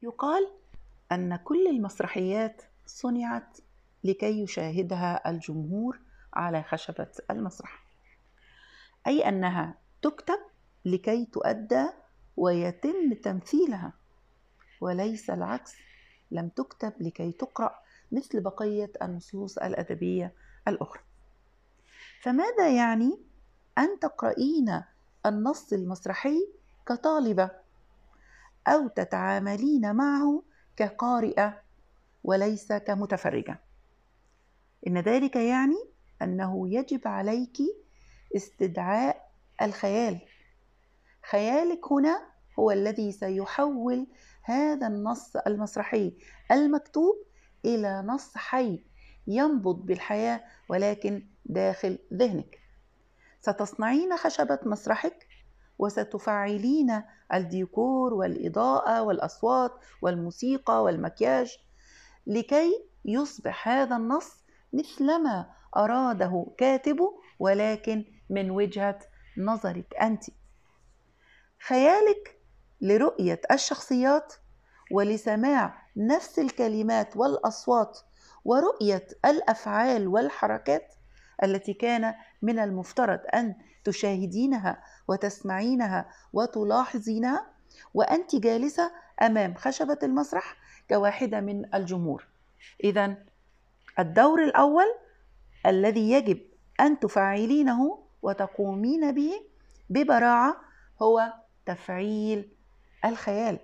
يقال أن كل المسرحيات صنعت لكي يشاهدها الجمهور على خشبة المسرح، أي أنها تكتب لكي تؤدى ويتم تمثيلها، وليس العكس، لم تكتب لكي تقرأ مثل بقية النصوص الأدبية الأخرى. فماذا يعني أن تقرأين النص المسرحي كطالبة أو تتعاملين معه كقارئة وليس كمتفرجة؟ إن ذلك يعني أنه يجب عليك استدعاء الخيال. خيالك هنا هو الذي سيحول هذا النص المسرحي المكتوب إلى نص حي ينبض بالحياة ولكن داخل ذهنك. ستصنعين خشبة مسرحك وستفعلين الديكور والإضاءة والأصوات والموسيقى والمكياج لكي يصبح هذا النص مثلما أراده كاتبه، ولكن من وجهة نظرك أنت. خيالك لرؤية الشخصيات ولسماع نفس الكلمات والأصوات ورؤية الأفعال والحركات التي كان من المفترض أن تشاهدينها وتسمعينها وتلاحظينها وأنت جالسة أمام خشبة المسرح كواحدة من الجمهور. إذن الدور الأول الذي يجب أن تفعلينه وتقومين به ببراعة هو تفعيل الخيال.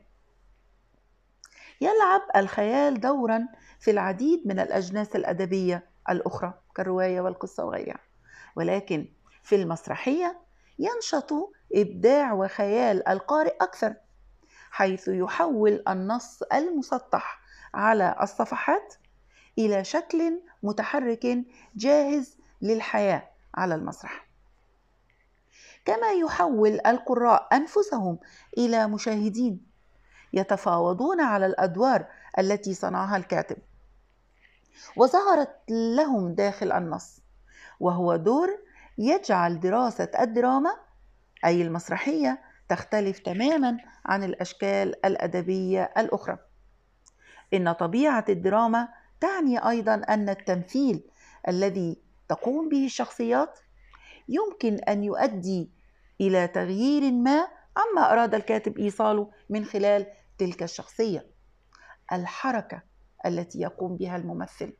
يلعب الخيال دورا في العديد من الأجناس الأدبية الأخرى كالرواية والقصة وغيرها، ولكن في المسرحية ينشط إبداع وخيال القارئ أكثر، حيث يحول النص المسطح على الصفحات إلى شكل متحرك جاهز للحياة على المسرح، كما يحول القراء أنفسهم إلى مشاهدين يتفاوضون على الأدوار التي صنعها الكاتب وظهرت لهم داخل النص، وهو دور يجعل دراسة الدراما أي المسرحية تختلف تماما عن الأشكال الأدبية الأخرى. إن طبيعة الدراما تعني أيضا أن التمثيل الذي تقوم به الشخصيات يمكن أن يؤدي إلى تغيير ما عما أراد الكاتب إيصاله من خلال تلك الشخصية. الحركة التي يقوم بها الممثل،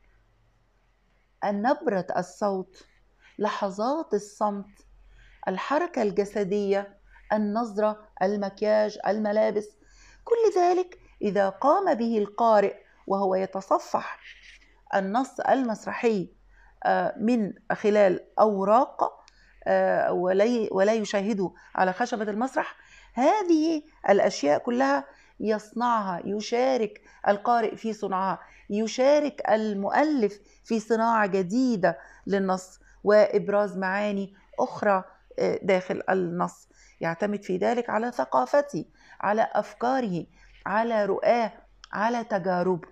نبرة الصوت، لحظات الصمت، الحركة الجسدية، النظرة، المكياج، الملابس، كل ذلك إذا قام به القارئ وهو يتصفح النص المسرحي من خلال أوراق ولا يشاهده على خشبة المسرح، هذه الأشياء كلها يصنعها، يشارك القارئ في صنعها، يشارك المؤلف في صناعة جديدة للنص وإبراز معاني أخرى داخل النص، يعتمد في ذلك على ثقافته، على أفكاره، على رؤاه، على تجاربه.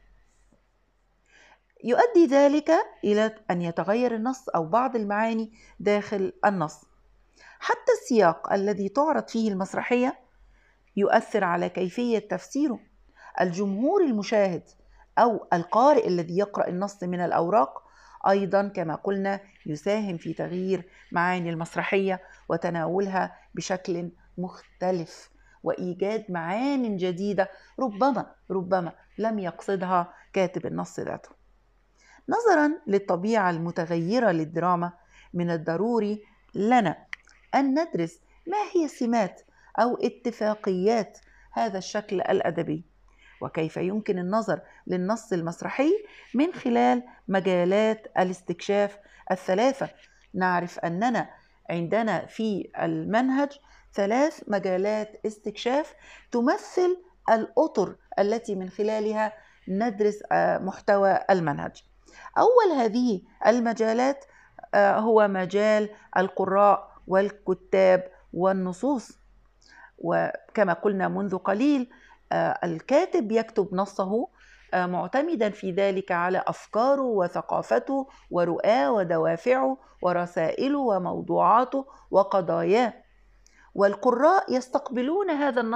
يؤدي ذلك إلى أن يتغير النص أو بعض المعاني داخل النص. حتى السياق الذي تعرض فيه المسرحية يؤثر على كيفية تفسيره. الجمهور المشاهد أو القارئ الذي يقرأ النص من الأوراق أيضا كما قلنا يساهم في تغيير معاني المسرحية وتناولها بشكل مختلف وإيجاد معان جديدة ربما لم يقصدها كاتب النص ذاته. نظرا للطبيعة المتغيرة للدراما، من الضروري لنا أن ندرس ما هي سمات أو اتفاقيات هذا الشكل الأدبي، وكيف يمكن النظر للنص المسرحي من خلال مجالات الاستكشاف الثلاثة. نعرف أننا عندنا في المنهج 3 مجالات استكشاف تمثل الأطر التي من خلالها ندرس محتوى المنهج. أول هذه المجالات هو مجال القراء والكتاب والنصوص، وكما قلنا منذ قليل الكاتب يكتب نصه معتمدا في ذلك على أفكاره وثقافته ورؤاه ودوافعه ورسائله وموضوعاته وقضاياه، والقراء يستقبلون هذا النص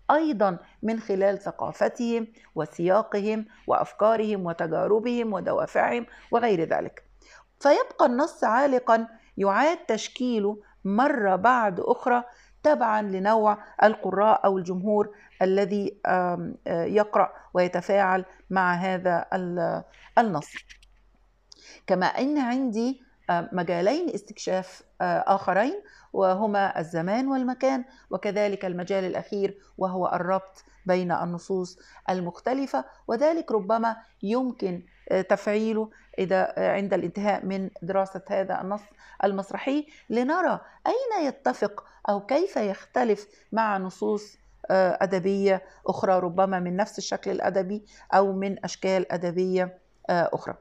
أيضا من خلال ثقافتهم وسياقهم وأفكارهم وتجاربهم ودوافعهم وغير ذلك. فيبقى النص عالقا يعاد تشكيله مرة بعد أخرى تبعا لنوع القراء أو الجمهور الذي يقرأ ويتفاعل مع هذا النص. كما أن عندي مجالين استكشاف آخرين، وهما الزمان والمكان، وكذلك المجال الأخير وهو الربط بين النصوص المختلفة، وذلك ربما يمكن تفعيله إذا عند الانتهاء من دراسة هذا النص المسرحي لنرى أين يتفق أو كيف يختلف مع نصوص أدبية أخرى، ربما من نفس الشكل الأدبي أو من أشكال أدبية أخرى.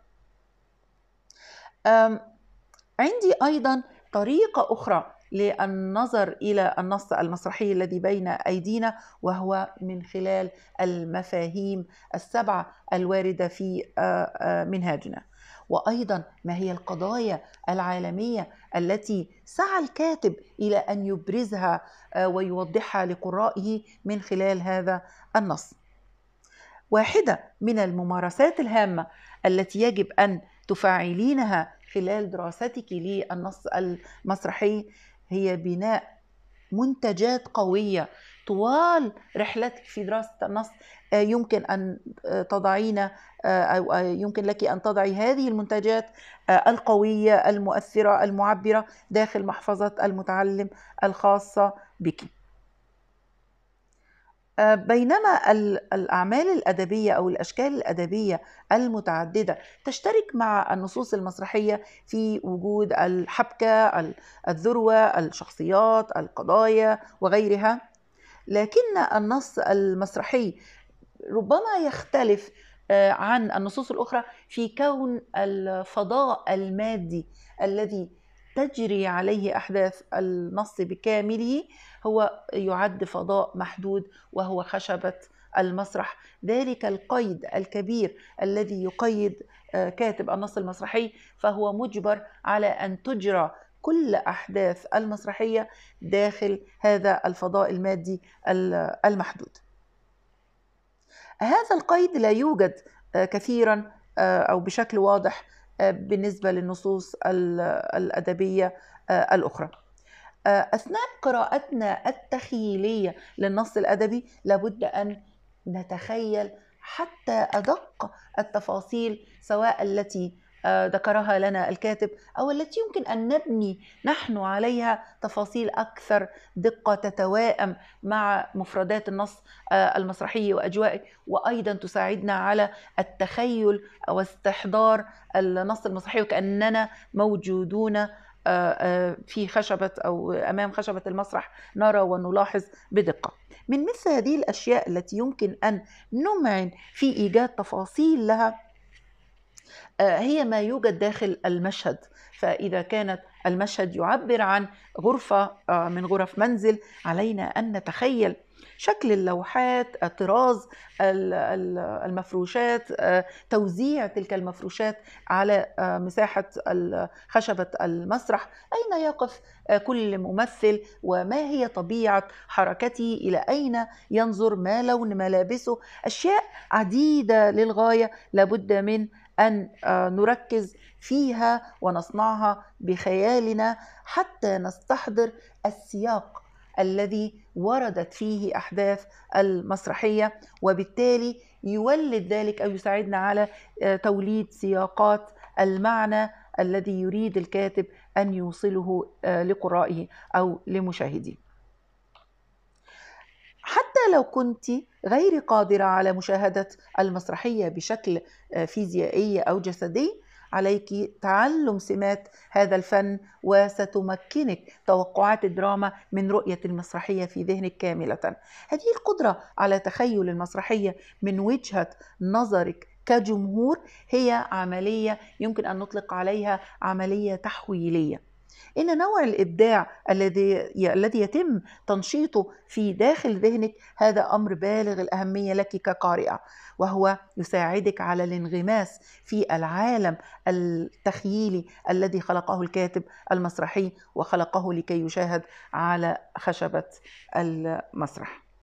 عندي أيضا طريقة أخرى للنظر إلى النص المسرحي الذي بين أيدينا، وهو من خلال المفاهيم السبعة الواردة في منهاجنا، وأيضا ما هي القضايا العالمية التي سعى الكاتب إلى أن يبرزها ويوضحها لقرائه من خلال هذا النص. واحدة من الممارسات الهامة التي يجب أن تفعلينها خلال دراستك للنص المسرحي هي بناء منتجات قوية طوال رحلتك في دراسة النص. يمكن أن تضعين أو يمكن لك أن تضعي هذه المنتجات القوية المؤثرة المعبرة داخل محفظة المتعلم الخاصة بك. بينما الأعمال الأدبية أو الأشكال الأدبية المتعددة تشترك مع النصوص المسرحية في وجود الحبكة، الذروة، الشخصيات، القضايا وغيرها، لكن النص المسرحي ربما يختلف عن النصوص الأخرى في كون الفضاء المادي الذي تجري عليه أحداث النص بكامله هو يعد فضاء محدود، وهو خشبة المسرح. ذلك القيد الكبير الذي يقيد كاتب النص المسرحي، فهو مجبر على أن تجرى كل أحداث المسرحية داخل هذا الفضاء المادي المحدود. هذا القيد لا يوجد كثيرا أو بشكل واضح بالنسبة للنصوص الأدبية الأخرى. أثناء قراءتنا التخيلية للنص الأدبي لابد أن نتخيل حتى أدق التفاصيل، سواء التي ذكرها لنا الكاتب أو التي يمكن أن نبني نحن عليها تفاصيل أكثر دقة تتوائم مع مفردات النص المسرحي وأجوائه، وأيضا تساعدنا على التخيل أو استحضار النص المسرحي وكأننا موجودون في خشبة أو أمام خشبة المسرح، نرى ونلاحظ بدقة. من مثل هذه الأشياء التي يمكن أن نمعن في إيجاد تفاصيل لها هي ما يوجد داخل المشهد. فإذا كانت المشهد يعبر عن غرفة من غرف منزل، علينا أن نتخيل شكل اللوحات، طراز المفروشات، توزيع تلك المفروشات على مساحة خشبة المسرح، أين يقف كل ممثل، وما هي طبيعة حركته، إلى أين ينظر، ما لون ملابسه. أشياء عديدة للغاية لابد من أن نركز فيها ونصنعها بخيالنا حتى نستحضر السياق الذي وردت فيه أحداث المسرحية، وبالتالي يولد ذلك أو يساعدنا على توليد سياقات المعنى الذي يريد الكاتب أن يوصله لقرائه أو لمشاهديه. حتى لو كنت غير قادرة على مشاهدة المسرحية بشكل فيزيائي أو جسدي، عليك تعلم سمات هذا الفن، وستمكنك توقعات الدراما من رؤية المسرحية في ذهنك كاملة. هذه القدرة على تخيل المسرحية من وجهة نظرك كجمهور هي عملية يمكن أن نطلق عليها عملية تحويلية. إن نوع الإبداع الذي يتم تنشيطه في داخل ذهنك هذا أمر بالغ الأهمية لك كقارئة، وهو يساعدك على الانغماس في العالم التخيلي الذي خلقه الكاتب المسرحي وخلقه لكي يشاهد على خشبة المسرح.